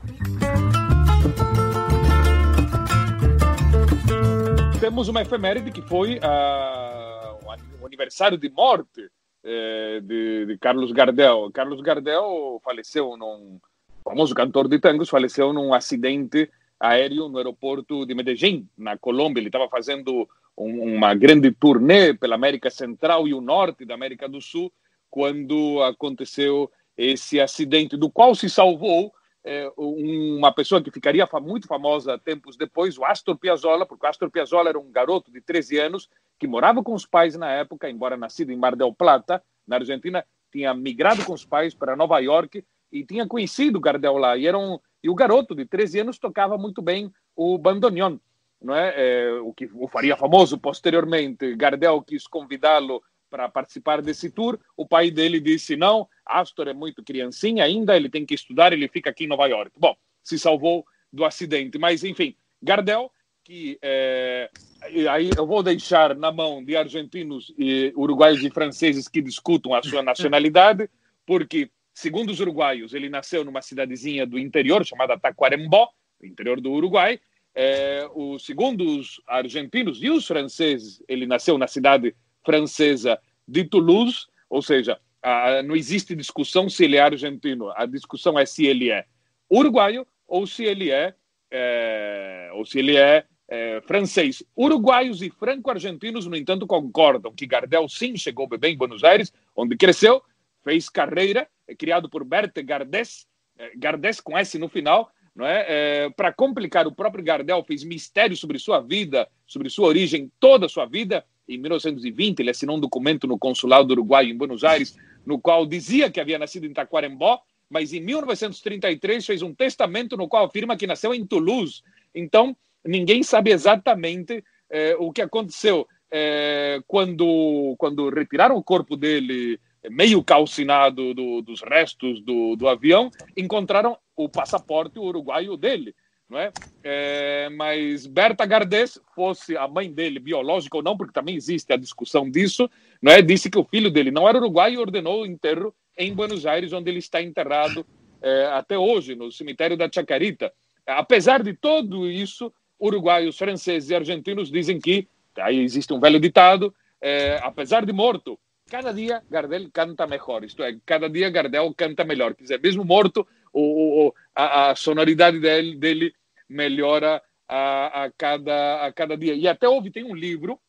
Temos uma efeméride que foi o aniversário de morte de Carlos Gardel. Carlos Gardel faleceu famoso cantor de tangos, faleceu num acidente aéreo no aeroporto de Medellín, na Colômbia. Ele estava fazendo uma grande turnê pela América Central e o norte da América do Sul, quando aconteceu esse acidente, do qual se salvou uma pessoa que ficaria muito famosa tempos depois, o Astor Piazzolla, porque o Astor Piazzolla era um garoto de 13 anos que morava com os pais na época, embora nascido em Mar del Plata, na Argentina, tinha migrado com os pais para Nova York e tinha conhecido Gardel lá. E o garoto de 13 anos tocava muito bem o bandoneon, não é? O que o faria famoso posteriormente. Gardel quis convidá-lo para participar desse tour. O pai dele disse: não, Astor é muito criancinha ainda, ele tem que estudar, ele fica aqui em Nova York. Bom, se salvou do acidente. Mas, enfim, Gardel, que aí eu vou deixar na mão de argentinos, uruguaios e franceses que discutam a sua nacionalidade, porque, segundo os uruguaios, ele nasceu numa cidadezinha do interior chamada Tacuarembó, no interior do Uruguai. Segundo os argentinos e os franceses, ele nasceu na cidade francesa de Toulouse, ou seja, não existe discussão se ele é argentino, a discussão é se ele é uruguaio ou se ele é francês. Uruguaios e franco-argentinos, no entanto, concordam que Gardel sim chegou bem em Buenos Aires, onde cresceu, fez carreira, criado por Berthe Gardès, Gardès com S no final, não é? Para complicar, o próprio Gardel fez mistério sobre sua vida, sobre sua origem, toda a sua vida. Em 1920, ele assinou um documento no consulado do Uruguai em Buenos Aires, no qual dizia que havia nascido em Tacuarembó, mas em 1933 fez um testamento no qual afirma que nasceu em Toulouse. Então, ninguém sabe exatamente o que aconteceu. Quando retiraram o corpo dele, meio calcinado dos restos do avião, encontraram o passaporte uruguaio dele, não é? Mas Berta Gardès, fosse a mãe dele biológica ou não, porque também existe a discussão disso, não é? Disse que o filho dele não era uruguaio e ordenou o enterro em Buenos Aires, onde ele está enterrado até hoje, no cemitério da Chacarita. Apesar de tudo isso, uruguaios, franceses e argentinos dizem que, aí existe um velho ditado, apesar de morto, cada dia Gardel canta melhor, isto é, cada dia Gardel canta melhor. Quer dizer, mesmo morto, a sonoridade dele melhora a cada dia. E até tem um livro,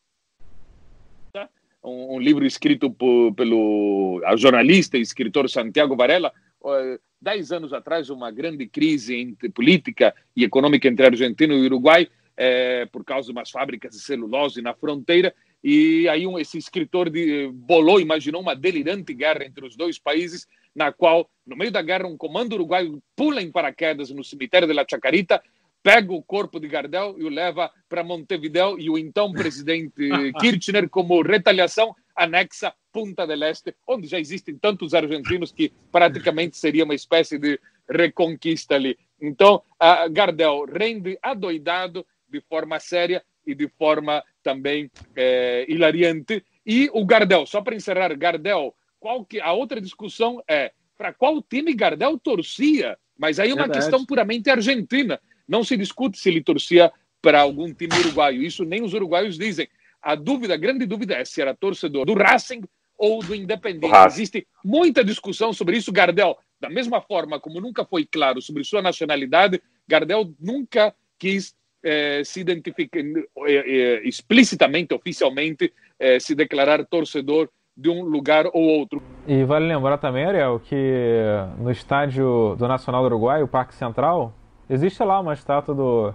tá? Um livro escrito pelo jornalista e escritor Santiago Varela, 10 anos atrás, uma grande crise política e econômica entre Argentina e Uruguai, por causa de umas fábricas de celulose na fronteira. E aí esse escritor imaginou uma delirante guerra entre os dois países, na qual, no meio da guerra, um comando uruguaio pula em paraquedas no cemitério de La Chacarita, pega o corpo de Gardel e o leva para Montevideo, e o então presidente Kirchner, como retaliação, anexa Punta del Este, onde já existem tantos argentinos que praticamente seria uma espécie de reconquista ali. Então, Gardel rende adoidado de forma séria e de forma também hilariante. E o Gardel, só para encerrar, Gardel, a outra discussão é para qual time Gardel torcia, mas aí é uma questão puramente argentina. Não se discute se ele torcia para algum time uruguaio, isso nem os uruguaios dizem. A grande dúvida é se era torcedor do Racing ou do Independiente. Existe muita discussão sobre isso. Gardel, da mesma forma como nunca foi claro sobre sua nacionalidade, Gardel nunca quis se identificar explicitamente, oficialmente, se declarar torcedor de um lugar ou outro. E vale lembrar também, Ariel, que no estádio do Nacional do Uruguai, o Parque Central, existe lá uma estátua do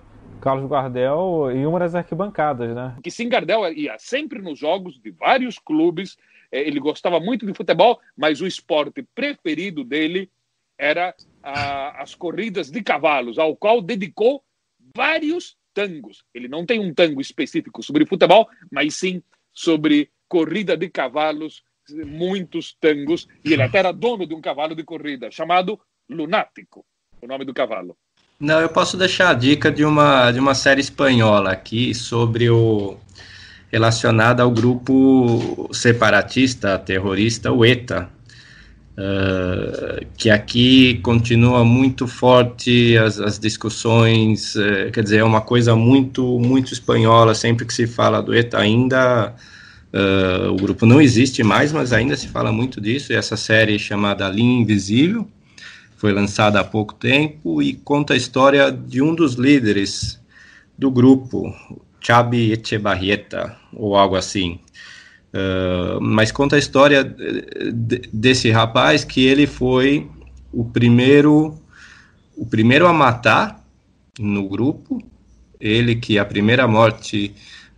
Carlos Gardel em uma das arquibancadas, né? Que sim, Gardel ia sempre nos jogos de vários clubes, ele gostava muito de futebol, mas o esporte preferido dele era as corridas de cavalos, ao qual dedicou vários tangos. Ele não tem um tango específico sobre futebol, mas sim sobre corrida de cavalos, muitos tangos, e ele até era dono de um cavalo de corrida, chamado Lunático, o nome do cavalo. Não, eu posso deixar a dica de uma série espanhola aqui sobre relacionada ao grupo separatista, terrorista, o ETA, que aqui continua muito forte as discussões, quer dizer, é uma coisa muito, muito espanhola, sempre que se fala do ETA ainda, o grupo não existe mais, mas ainda se fala muito disso, e essa série chamada Linha Invisível, foi lançada há pouco tempo e conta a história de um dos líderes do grupo, Xavi Echevarrieta, ou algo assim. Mas conta a história desse rapaz que ele foi o primeiro a matar no grupo, ele que a primeira morte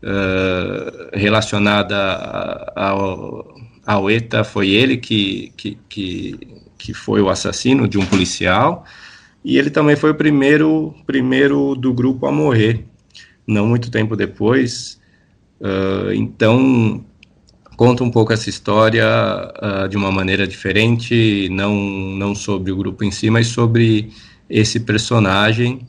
relacionada ao ETA foi ele que foi o assassino de um policial, e ele também foi o primeiro do grupo a morrer, não muito tempo depois. Então, conta um pouco essa história de uma maneira diferente, não sobre o grupo em si, mas sobre esse personagem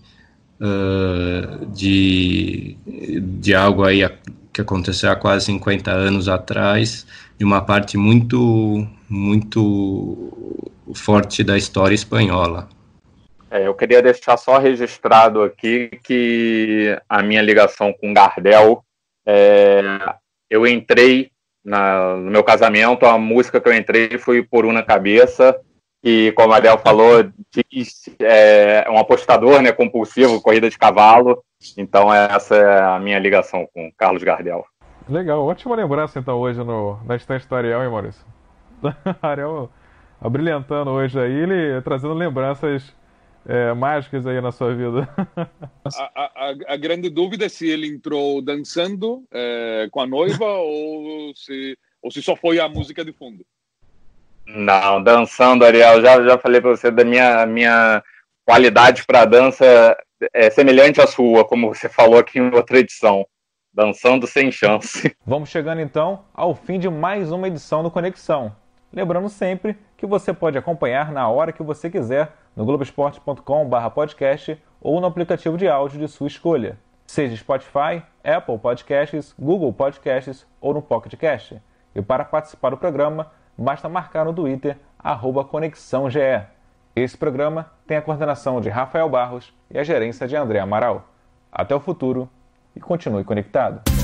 de algo aí que aconteceu há quase 50 anos atrás, de uma parte muito, muito forte da história espanhola. Eu queria deixar só registrado aqui que a minha ligação com Gardel, eu entrei no meu casamento, a música que eu entrei foi Por Una Cabeça, que, como a Adel falou, é um apostador, né, compulsivo, corrida de cavalo, então essa é a minha ligação com Carlos Gardel. Legal, ótima lembrança então hoje na estante do Ariel, hein, Maurício? Ariel abrilhantando hoje aí, ele trazendo lembranças mágicas aí na sua vida. A grande dúvida é se ele entrou dançando com a noiva ou se só foi a música de fundo. Não, dançando, Ariel, já falei para você da minha qualidade para dança é semelhante à sua, como você falou aqui em outra edição. Dançando sem chance. Vamos chegando então ao fim de mais uma edição do Conexão. Lembrando sempre que você pode acompanhar na hora que você quiser no globesport.com/podcast ou no aplicativo de áudio de sua escolha, seja Spotify, Apple Podcasts, Google Podcasts ou no Pocket Cast. E para participar do programa, basta marcar no Twitter @ConexãoGE. Esse programa tem a coordenação de Rafael Barros e a gerência de André Amaral. Até o futuro e continue conectado.